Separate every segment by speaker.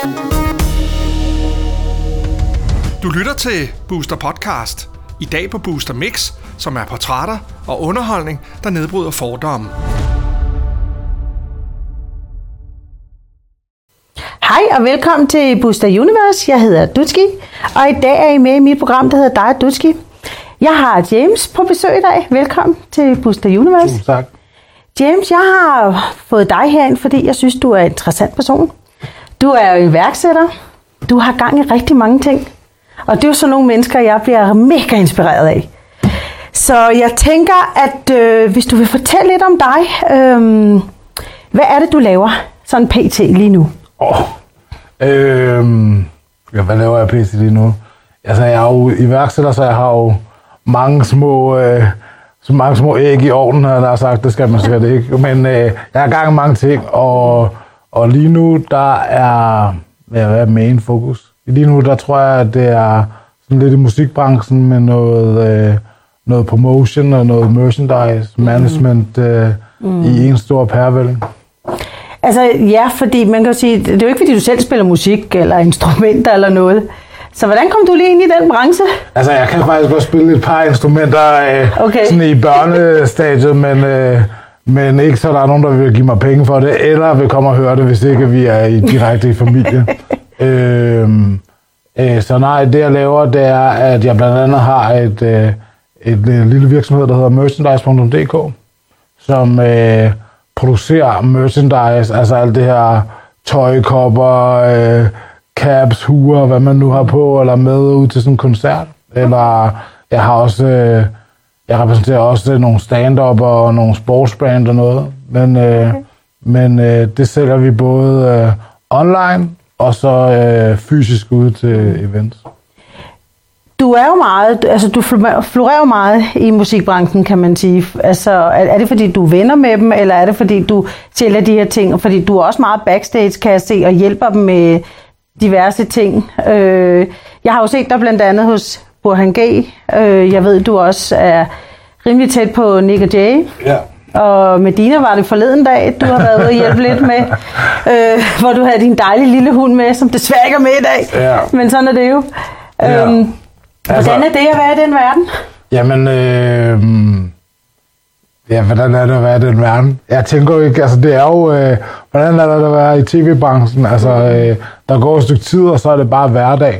Speaker 1: Du lytter til Booster Podcast. I dag på Booster Mix, som er portrætter og underholdning, der nedbryder fordomme.
Speaker 2: Hej og velkommen til Booster Universe. Jeg hedder Dutski, og i dag er I med i mit program, der hedder Dig og Dutski. Jeg har James på besøg i dag. Velkommen til Booster Universe.
Speaker 3: Tusind tak.
Speaker 2: James, jeg har fået dig herind, fordi jeg synes, du er en interessant person. Du er jo iværksætter. Du har gang i rigtig mange ting. Og det er jo sådan nogle mennesker, jeg bliver mega inspireret af. Så jeg tænker, at hvis du vil fortælle lidt om dig, hvad er det, du laver sådan pt. Lige nu?
Speaker 3: Hvad laver jeg pt. Lige nu? Altså, jeg er jo iværksætter, så jeg har jo mange små æg i ovnen, har jeg sagt. Det skal man sikkert ikke. Men jeg har gang i mange ting, og lige nu, der er main fokus. Lige nu, der tror jeg, at det er sådan lidt i musikbranchen med noget promotion og noget merchandise management i en stor pærevælling.
Speaker 2: Altså ja, fordi man kan sige, det er jo ikke fordi du selv spiller musik eller instrumenter eller noget. Så hvordan kom du lige ind i den branche?
Speaker 3: Altså jeg kan faktisk godt spille et par instrumenter sådan i børnestadiet, men ikke så der er nogen, der vil give mig penge for det, eller vil komme og høre det, hvis ikke vi er direkte i familie. Så nej, det jeg laver, det er, at jeg blandt andet har et lille virksomhed, der hedder merchandise.dk, som producerer merchandise, altså alt det her tøjkopper, caps, huer, hvad man nu har på, eller med ud til sådan en koncert. Eller jeg har også, jeg repræsenterer også nogle stand-up og nogle sportsbrand og noget. Men det sælger vi både online og så fysisk ud til events.
Speaker 2: Du er jo meget, altså du florerer jo meget i musikbranchen, kan man sige. Altså, er det fordi du er venner med dem, eller er det fordi du sælger de her ting? Fordi du er også meget backstage, kan jeg se, og hjælper dem med diverse ting. Jeg har jo set dig blandt andet hos Burhan G. Jeg ved, du også er rimelig tæt på Nick og Jay.
Speaker 3: Ja.
Speaker 2: Og med Dina var det forleden dag, du har været ude og hjælpe lidt med, hvor du havde din dejlige lille hund med, som desværre ikke er med i dag. Ja. Men sådan er det jo. Hvordan er det at være i den verden?
Speaker 3: Jamen, hvordan er det at være i den verden? Jeg tænker jo ikke, altså det er jo, hvordan er det at være i tv-branchen? Altså, der går et stykke tid, og så er det bare hverdag.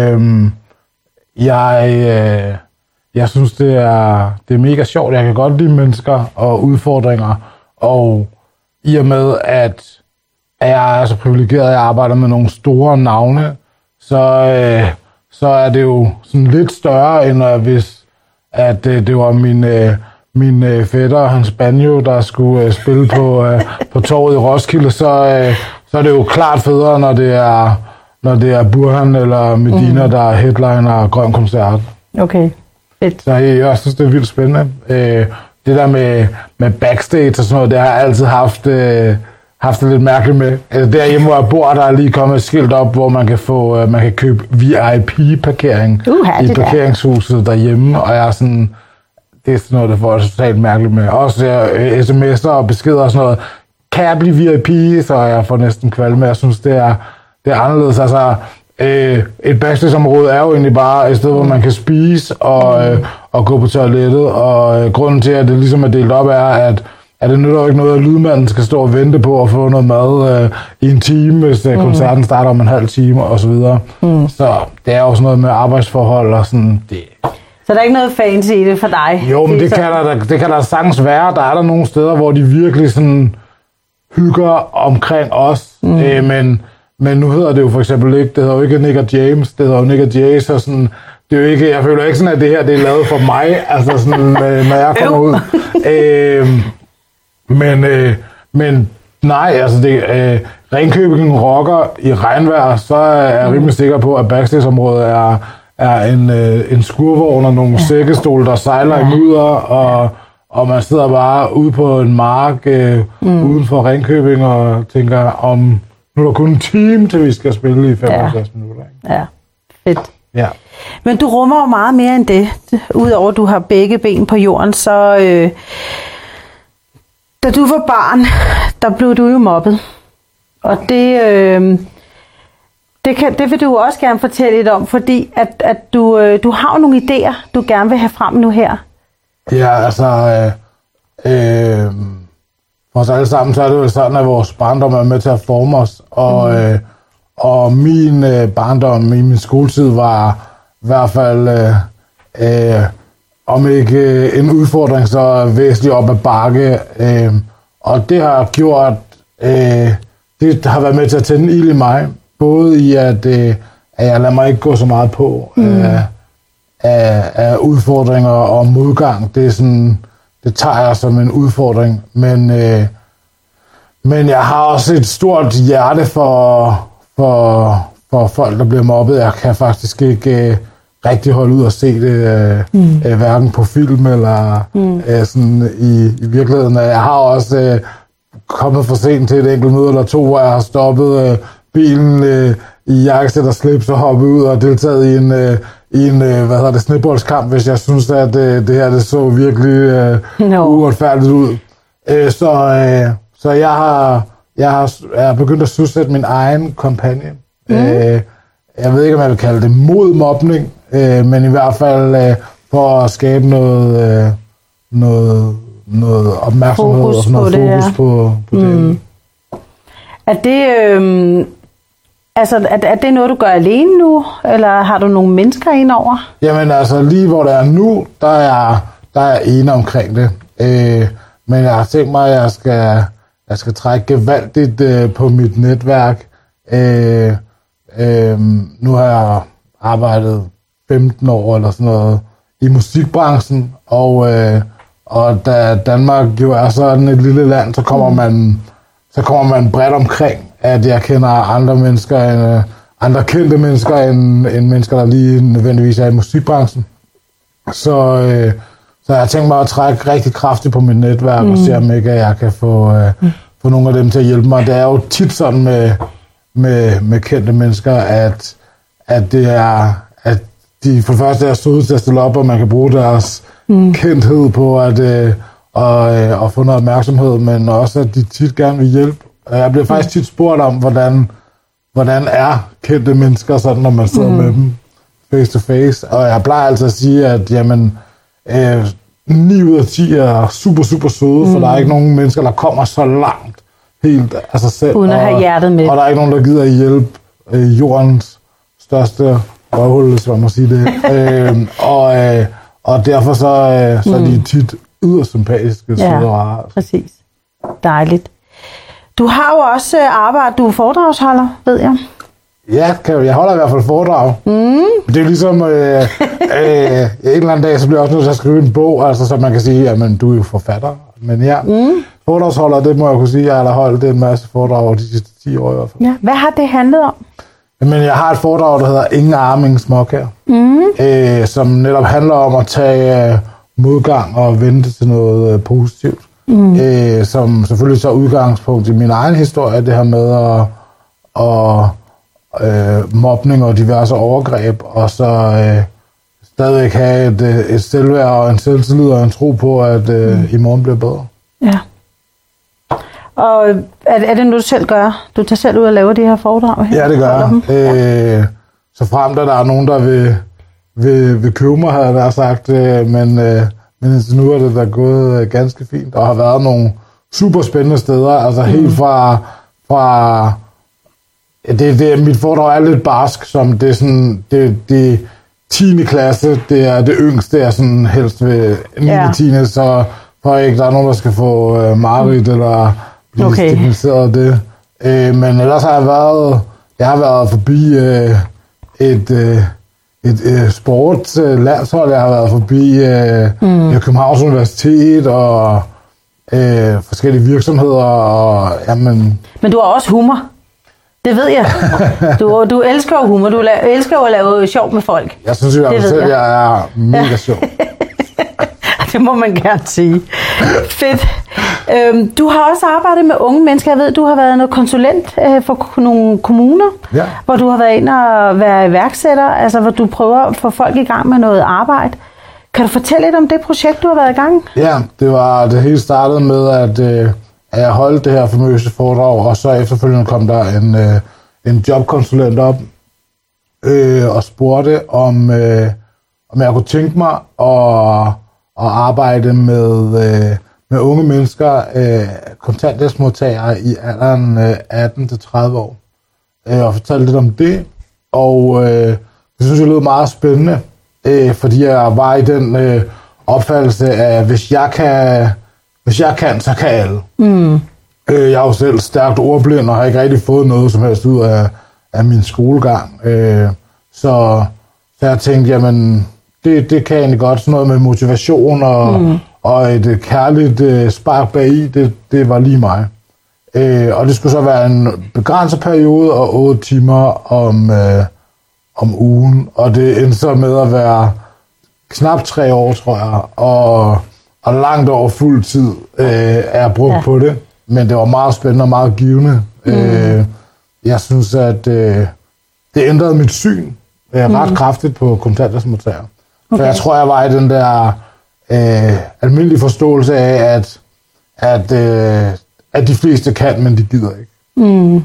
Speaker 3: Jeg synes, det er mega sjovt. Jeg kan godt lide mennesker og udfordringer, og i og med, at jeg er så privilegeret, at jeg arbejder med nogle store navne, så er det jo sådan lidt større, end hvis at det var min fætter og hans banjo, der skulle spille på torvet i Roskilde, så er det jo klart federe, når det er Burhan eller Medina, der er headliner Grøn Koncert. Okay, fedt. Så jeg synes, det er vildt spændende. Det der med backstage og sådan noget, det har jeg altid haft det lidt mærkeligt med. Derhjemme, hvor jeg bor, der er lige kommet et skilt op, hvor man kan købe VIP-parkering i parkeringshuset derhjemme, og jeg er sådan, det er sådan noget, der får jeg totalt mærkeligt med. Også sms'er og beskeder og sådan noget. Kan jeg blive VIP, så jeg får næsten kvalme. Jeg synes, det er anderledes. Altså, et backstage-område er jo egentlig bare et sted, hvor man kan spise og gå på toilettet, og grunden til, at det ligesom er delt op, er, at det nytter jo ikke noget, at lydmanden skal stå og vente på at få noget mad i en time, hvis koncerten starter om en halv time og så videre. Så det er jo sådan noget med arbejdsforhold og sådan det.
Speaker 2: Så der er ikke noget fancy i det for dig?
Speaker 3: Jo, men det kan der sagtens være. Der er der nogle steder, hvor de virkelig sådan hygger omkring os. Men nu hedder det jo for eksempel ikke, det hedder jo ikke Nick og James, det hedder jo Nick og Jay, så sådan, det er jo ikke, jeg føler ikke sådan, at det her det er lavet for mig, altså sådan, når jeg kommer ud. Men nej, altså Ringkøbing rocker i regnvejr, så er jeg rimelig sikker på, at backstage-området er en skurvogn og nogle sækkestole, der sejler i mudder, og man sidder bare ude på en mark uden for Ringkøbing og tænker, nu er der kun en time, til vi skal spille i 55 minutter. Ikke?
Speaker 2: Ja, fedt.
Speaker 3: Ja.
Speaker 2: Men du rummer jo meget mere end det. Udover at du har begge ben på jorden, så da du var barn, der blev du jo mobbet. Og det Det vil du også gerne fortælle lidt om, fordi at du har jo nogle idéer, du gerne vil have frem nu her.
Speaker 3: Ja, altså, for os alle sammen, så er det jo sådan, at vores barndom er med til at forme os, og min barndom i min skoletid var i hvert fald, om ikke en udfordring, så væsentligt op ad bakke, og det har gjort, det har været med til at tænde ild i mig, både i, at jeg lader mig ikke gå så meget på af udfordringer og modgang. Det er sådan, det tager jeg som en udfordring, men jeg har også et stort hjerte for folk, der bliver mobbet. Jeg kan faktisk ikke rigtig holde ud og se det, hverken på film eller sådan i virkeligheden. Jeg har også kommet for sent til et enkelt møde eller to, hvor jeg har stoppet bilen i jakkesæt og slips og hoppet ud og deltaget i en sneboboldskamp, hvis jeg synes, at det her det så virkelig uretfærdigt ud. Så jeg er begyndt at søsætte min egen kampagne. Jeg ved ikke, om jeg vil kalde det mod mobning, men i hvert fald for at skabe noget opmærksomhed og noget fokus på det.
Speaker 2: Er det... Altså, er det noget, du gør alene nu, eller har du nogle mennesker indover?
Speaker 3: Jamen altså, lige hvor det er nu, der er jeg ene omkring det. Men jeg har tænkt mig, at jeg skal trække gevaldigt på mit netværk. Nu har jeg arbejdet 15 år eller sådan noget i musikbranchen, og da Danmark jo er sådan et lille land, så kommer man bredt omkring, at jeg kender andre kendte mennesker end mennesker, der lige nødvendigvis er i musikbranchen. Så jeg har tænkt mig at trække rigtig kraftigt på mit netværk og se, om ikke jeg kan få nogle af dem til at hjælpe mig. Det er jo tit sådan med kendte mennesker, at det er, at de for det første er søde til at stille op, og man kan bruge deres kendthed på at få noget opmærksomhed, men også at de tit gerne vil hjælpe. Jeg bliver faktisk tit spurgt om, hvordan er kendte mennesker sådan, når man sidder med dem face to face. Og jeg plejer altså at sige, at jamen, 9 ud af 10 er super, super søde, for der er ikke nogen mennesker, der kommer så langt helt af sig selv.
Speaker 2: Uden at have hjertet med.
Speaker 3: Og der er ikke nogen, der gider at hjælpe jordens største røvhul, hvis man må sige det. Og derfor så er de tit yderst sympatiske, søde og rare.
Speaker 2: Præcis. Dejligt. Du har jo også arbejdet, du er foredragsholder, ved jeg.
Speaker 3: Ja, jeg holder i hvert fald foredrag. Det er ligesom, en eller anden dag, så bliver jeg også nødt til at skrive en bog, altså, så man kan sige, jamen, du er jo forfatter. Men ja, foredragsholder, det må jeg kunne sige, jeg har holdt en masse foredrag over de sidste 10 år i hvert fald.
Speaker 2: Ja, hvad har det handlet om?
Speaker 3: Men jeg har et foredrag, der hedder Ingen arme, ingen småkær, som netop handler om at tage modgang og vente til noget positivt. Som selvfølgelig så udgangspunkt i min egen historie, det her med mobning og diverse overgreb, og så stadigvæk have et selvværd og en selvtillid og en tro på, at i morgen bliver bedre. Ja.
Speaker 2: Og er det noget, du selv gør? Du tager selv ud og laver de her foredrag her?
Speaker 3: Ja, det gør jeg. Så frem der er nogen, der vil købe mig, har jeg sagt, men indtil nu er det da gået ganske fint, og har været nogle super spændende steder, altså helt fra mit foredrag er lidt barsk, som det er sådan, det 10. klasse, det er det yngste, er sådan helst ved 9. 10. Så for ikke der er nogen, der skal få mareridt eller blive stigmatiseret af det. Men ellers har jeg har været forbi et sportslandshold, jeg har været forbi Københavns Universitet og forskellige virksomheder. Og, jamen.
Speaker 2: Men du har også humor. Det ved jeg. Du elsker jo humor. Du elsker jo at lave sjov med folk.
Speaker 3: Jeg synes jo, at jeg er mega sjov.
Speaker 2: Det må man gerne sige. Fedt. Du har også arbejdet med unge mennesker. Jeg ved, du har været noget konsulent for nogle kommuner, hvor du har været ind og været iværksætter, altså hvor du prøver at få folk i gang med noget arbejde. Kan du fortælle lidt om det projekt, du har været i gang?
Speaker 3: Ja, det hele startede med, at jeg holdt det her famøse foredrag, og så efterfølgende kom der en jobkonsulent op, og spurgte, om jeg kunne tænke mig at arbejde med unge mennesker, kontanthjælpsmodtagere i alderen 18-30 år. Og fortalte lidt om det, og det synes jeg lød meget spændende, fordi jeg var i den opfattelse af, hvis jeg kan, så kan alle. Jeg er jo selv stærkt ordblind, og har ikke rigtig fået noget som helst ud af min skolegang. Så jeg tænkte, jamen, det kan jeg egentlig godt. Sådan noget med motivation og et kærligt spark bagi, det var lige mig. Og det skulle så være en begrænset periode og 8 timer om ugen. Og det endte så med at være knap 3 år, tror jeg. Og langt over fuld tid er jeg brugt på det. Men det var meget spændende og meget givende. Jeg synes, at det ændrede mit syn ret kraftigt på kontanthjælpsmodtagere. Okay. For jeg tror, jeg var i den der almindelige forståelse af, at de fleste kan, men de gider ikke.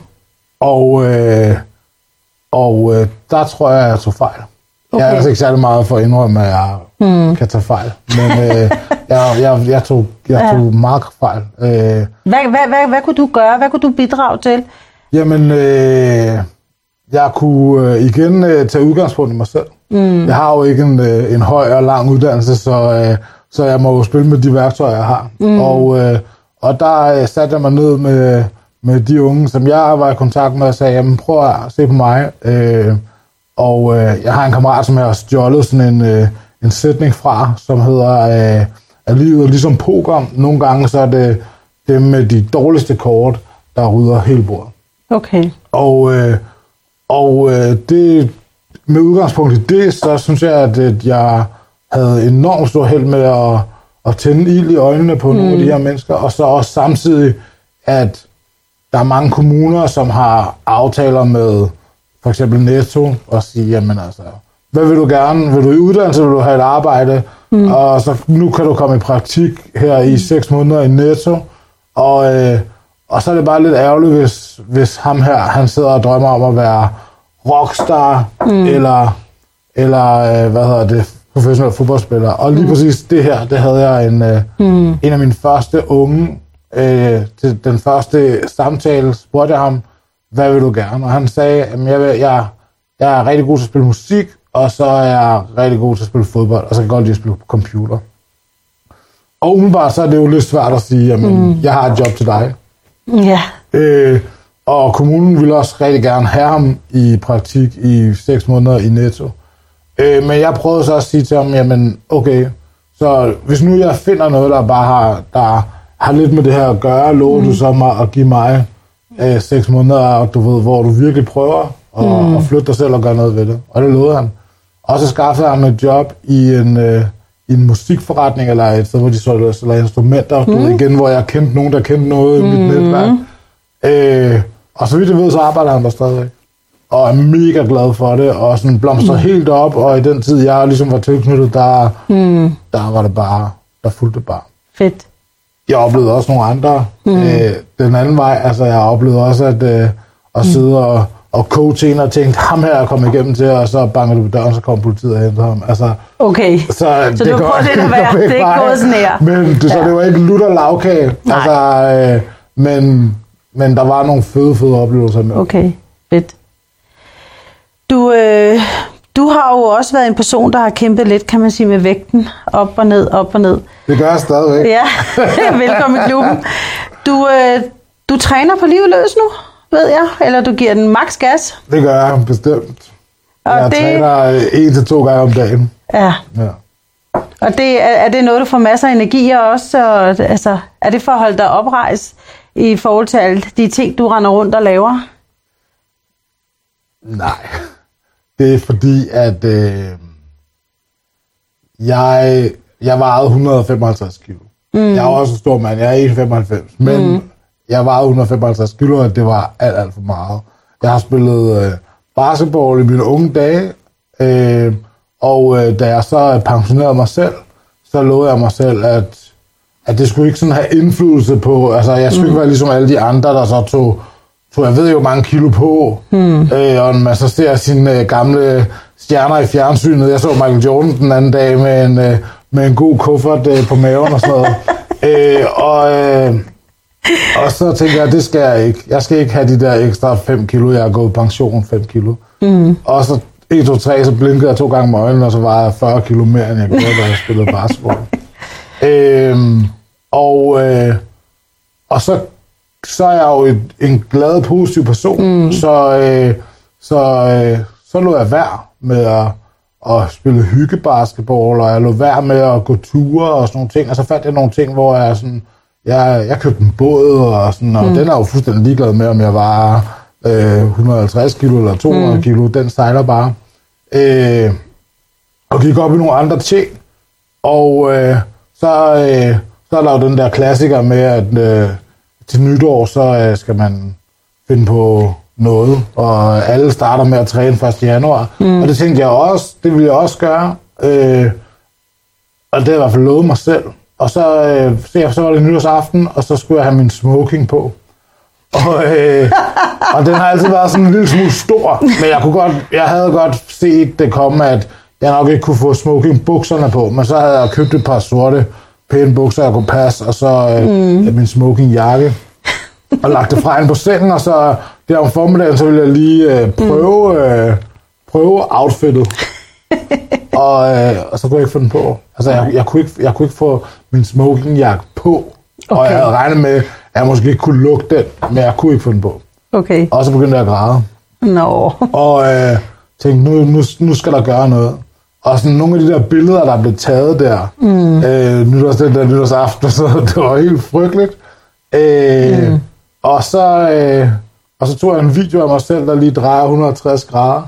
Speaker 3: Og der tror jeg tog fejl. Okay. Jeg er altså ikke særlig meget for at indrømme, at jeg kan tage fejl. Men jeg tog meget fejl.
Speaker 2: Hvad kunne du gøre? Hvad kunne du bidrage til?
Speaker 3: Jamen, jeg kunne igen tage udgangspunkt i mig selv. Jeg har jo ikke en høj og lang uddannelse, så jeg må jo spille med de værktøjer, jeg har. Og der satte jeg mig ned med de unge, som jeg var i kontakt med, og sagde, jamen prøv at se på mig. Jeg har en kammerat, som jeg har stjålet sådan en sætning fra, som hedder, at livet er ligesom poker. Nogle gange så er det dem med de dårligste kort, der rydder hele bordet.
Speaker 2: Okay.
Speaker 3: Og det, med udgangspunkt i det, så synes jeg, at jeg havde enormt stor held med at tænde ild i øjnene på nogle af de her mennesker, og så også samtidig, at der er mange kommuner, som har aftaler med for eksempel Netto, og sige, jamen altså, hvad vil du gerne? Vil du i uddannelse, vil du have et arbejde? Og så nu kan du komme i praktik her i 6 måneder i Netto, og så er det bare lidt ærgerligt, hvis ham her, han sidder og drømmer om at være rockstar, eller professionel fodboldspiller. Og lige præcis det her, det havde jeg en af mine første unge, til den første samtale, spurgte jeg ham, hvad vil du gerne? Og han sagde, at jeg er rigtig god til at spille musik, og så er jeg rigtig god til at spille fodbold, og så kan jeg godt lide at spille på computer. Og umiddelbart så er det jo lidt svært at sige, jamen, jeg har et job til dig.
Speaker 2: Ja.
Speaker 3: Og kommunen ville også rigtig gerne have ham i praktik i 6 måneder i Netto. Men jeg prøvede så at sige til ham, jamen okay, så hvis nu jeg finder noget, der har lidt med det her at gøre, lover du så mig at give mig 6 måneder, og du ved, hvor du virkelig prøver at flytte dig selv og gøre noget ved det. Og det lovede han. Og så skaffede han et job i en musikforretning, eller et sted, hvor de solgte instrumenter. Du ved, igen, hvor jeg kendte nogen, der kendte noget i mit netværk. Og så vidt jeg ved, så arbejder han der stadigvæk. Og er mega glad for det, og sådan blomstrer helt op, og i den tid, jeg ligesom var tilknyttet, der var det bare, der fulgte bare.
Speaker 2: Fedt.
Speaker 3: Jeg oplevede også nogle andre den anden vej. Altså, jeg oplevede også at sidde og coache en og tænkte, ham her er kommet igennem til, og så banker du på døren, så kommer politiet og henter ham. Altså,
Speaker 2: okay, så det du prøver det at være, det er ikke gået sådan her.
Speaker 3: Men det var ikke lutter lavkage. Altså, men der var nogle fede oplevelser med.
Speaker 2: Okay, fedt. Du har jo også været en person, der har kæmpet lidt, kan man sige, med vægten. Op og ned, op og ned. Det gør
Speaker 3: jeg stadigvæk.
Speaker 2: Ja, velkommen i klubben. Du træner på livet løs nu, ved jeg? Eller du giver den max gas?
Speaker 3: Det gør jeg bestemt. Jeg træner 1 til 2 gange om dagen.
Speaker 2: Ja. Og er det noget, du får masser af energi også? Og, altså, er det for at holde dig oprejst i forhold til alle de ting, du render rundt og laver?
Speaker 3: Nej. Det er fordi, at jeg vejede 155 kilo. Jeg er også en stor mand. Jeg er 1,95. Men jeg vejede 155 kilo, og det var alt for meget. Jeg har spillet basketball i mine unge dage, og da jeg så pensionerede mig selv, så lovede jeg mig selv, at det skulle ikke sådan have indflydelse på, altså jeg skulle ikke være ligesom alle de andre, der så jeg ved jo mange kilo på, og man så ser sine gamle stjerner i fjernsynet. Jeg så Michael Jordan den anden dag med en god kuffert på maven og sådan noget. Og så tænker jeg, det skal jeg ikke. Jeg skal ikke have de der ekstra 5 kilo. Jeg har gået pension 5 kilo. Og så 1, 2, 3, så blinkede jeg 2 gange med øjnene, og så var jeg 40 kilo mere, end jeg gjorde, da jeg spillede basketball. Og så er jeg jo en glad, positiv person, så lå jeg værd med at spille hyggebasketball, og jeg lå værd med at gå ture og sådan nogle ting, og så fandt jeg nogle ting, hvor jeg sådan, jeg købte en båd, og sådan, og den er jo fuldstændig ligeglad med, om jeg var 150 kilo eller 200 kilo, den sejler bare. Og gik op i nogle andre ting, og så er der jo den der klassiker med, at til nytår, så skal man finde på noget, og alle starter med at træne 1. januar. Og det tænkte jeg også, det ville jeg også gøre. Og det har jeg i hvert fald lovet mig selv. Og så var det nytårsaften, og så skulle jeg have min smoking på. Og den har altid været sådan en lille smule stor, men jeg havde godt set det komme, at jeg nok ikke kunne få smoking-bukserne på, men så havde jeg købt et par sorte, pæne bukser, jeg kunne passe, og så min smoking-jakke, og lagt det fra ind på sengen, og så der om formiddagen, så ville jeg lige prøve outfittet. Og så kunne jeg ikke få den på. Altså, jeg kunne ikke få min smoking-jakke på, okay. Og jeg havde regnet med, at jeg måske ikke kunne lugte den, men jeg kunne ikke få den på. Okay. Og så begyndte jeg at græde.
Speaker 2: No.
Speaker 3: Og tænkte, nu skal der gøre noget. Og sådan nogle af de der billeder, der er blevet taget der, den nytårsaften, så det var helt frygteligt. Og så tog jeg en video af mig selv, der lige drejer 160 grader.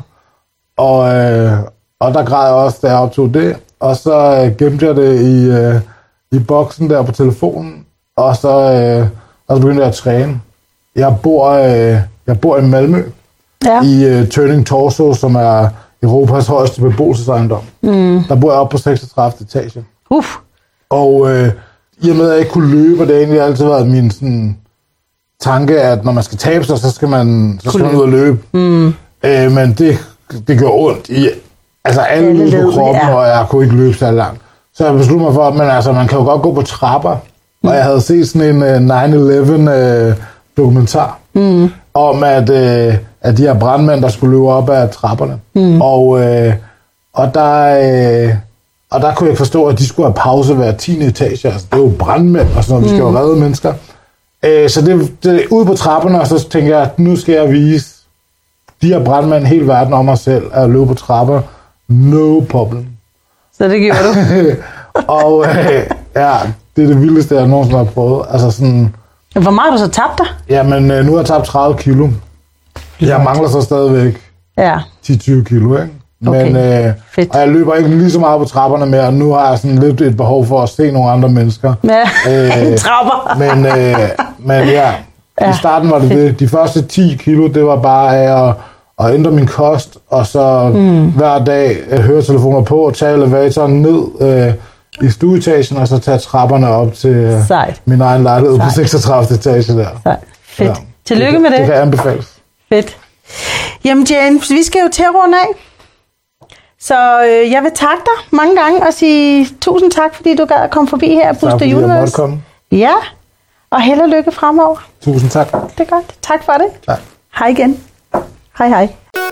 Speaker 3: Og der græd jeg også, da jeg optog det. Og så gemte jeg det i boksen der på telefonen. Og så begyndte jeg at træne. Jeg bor i Malmø, i Turning Torso, som er Europas højeste beboelsesejendom. Der bor jeg oppe på 36. etage. Og i og med, at jeg ikke kunne løbe, og det har egentlig altid været min sådan, tanke, at når man skal tabe sig, så skal man ud og løbe. Men det gør ondt i alle led på kroppen, og jeg kunne ikke løbe så langt. Så jeg besluttede mig for, at man kan jo godt gå på trapper. Og jeg havde set sådan en 9/11 dokumentar om, at de her brandmænd, der skulle løbe op ad trapperne. Og der kunne jeg ikke forstå, at de skulle have pause hver 10. etage. Altså, det er jo brandmænd og sådan noget, vi skal jo redde mennesker. Så det ude på trapperne, og så tænkte jeg, at nu skal jeg vise de her brandmænd hele verden om mig selv, at løbe på trapper. No problem.
Speaker 2: Så det gjorde du?
Speaker 3: Og det er det vildeste, jeg nogensinde har prøvet. Altså sådan...
Speaker 2: Hvor meget har du så tabt dig?
Speaker 3: Jamen, nu har jeg tabt 30 kilo. Jeg mangler så stadigvæk 10-20 kilo, ikke? Men, og jeg løber ikke lige så meget på trapperne mere, og nu har jeg sådan lidt et behov for at se nogle andre mennesker.
Speaker 2: Trapper!
Speaker 3: Men i starten var det. De første 10 kilo, det var bare af at ændre min kost, og så hver dag høretelefoner på, og tage elevatoren ned i stueetagen, og så tage trapperne op til min egen lejlighed på 36. etage der.
Speaker 2: Sejt. Fedt. Tillykke med det.
Speaker 3: Det kan anbefales.
Speaker 2: Fedt. Jamen James, vi skal jo til at runde af. Så jeg vil takke dig mange gange og sige tusind tak, fordi du gad at komme forbi her på Booster Universe.
Speaker 3: Jeg måtte komme.
Speaker 2: Ja, og held og lykke fremover.
Speaker 3: Tusind tak.
Speaker 2: Det er godt. Tak for det.
Speaker 3: Tak.
Speaker 2: Hej igen. Hej.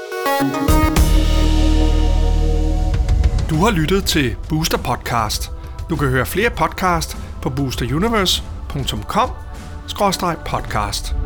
Speaker 1: Du har lyttet til Booster Podcast. Du kan høre flere podcast på boosteruniverse.com/podcast.